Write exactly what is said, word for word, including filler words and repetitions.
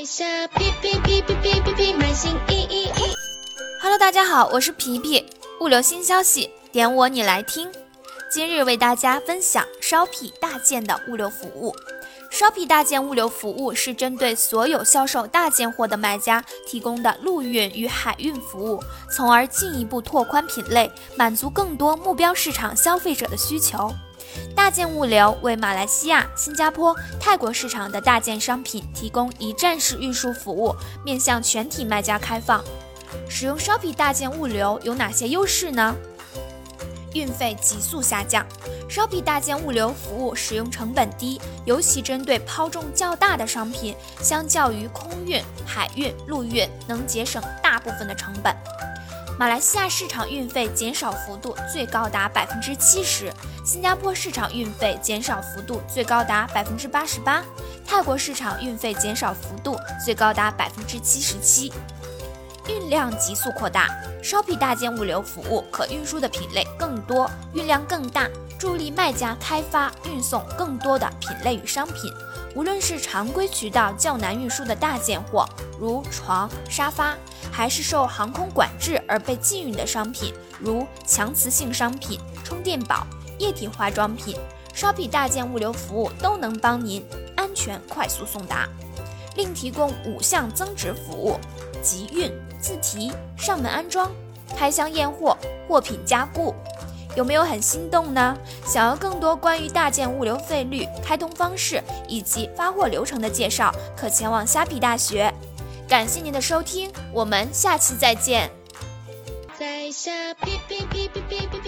下皮皮皮皮皮皮皮买新衣衣。 Hello， 大家好，我是皮皮。物流新消息，点我你来听。今日为大家分享 Shopee 大件的物流服务。Shopee 大件物流服务是针对所有销售大件货的卖家提供的陆运与海运服务，从而进一步拓宽品类，满足更多目标市场消费者的需求。大件物流为马来西亚、新加坡、泰国市场的大件商品提供一站式运输服务，面向全体卖家开放。使用 Shopee 大件物流有哪些优势呢？运费急速下降。Shopee 大件物流服务使用成本低，尤其针对抛重较大的商品，相较于空运、海运、陆运，能节省大部分的成本。马来西亚市场运费减少幅度最高达 百分之七十， 新加坡市场运费减少幅度最高达 百分之八十八， 泰国市场运费减少幅度最高达 百分之七十七。运量急速扩大， Shopee 大件物流服务可运输的品类更多，运量更大，助力卖家开发运送更多的品类与商品。无论是常规渠道较难运输的大件货，如床、沙发，还是受航空管制而被禁运的商品，如强磁性商品、充电宝、液体化妆品， Shopee 大件物流服务都能帮您安全快速送达。另提供五项增值服务：集运、自提、上门安装、开箱验货、货品加固。有没有很心动呢？想要更多关于大件物流费率、开通方式以及发货流程的介绍，可前往虾皮大学。感谢您的收听，我们下期再见。 在下皮皮皮皮皮皮皮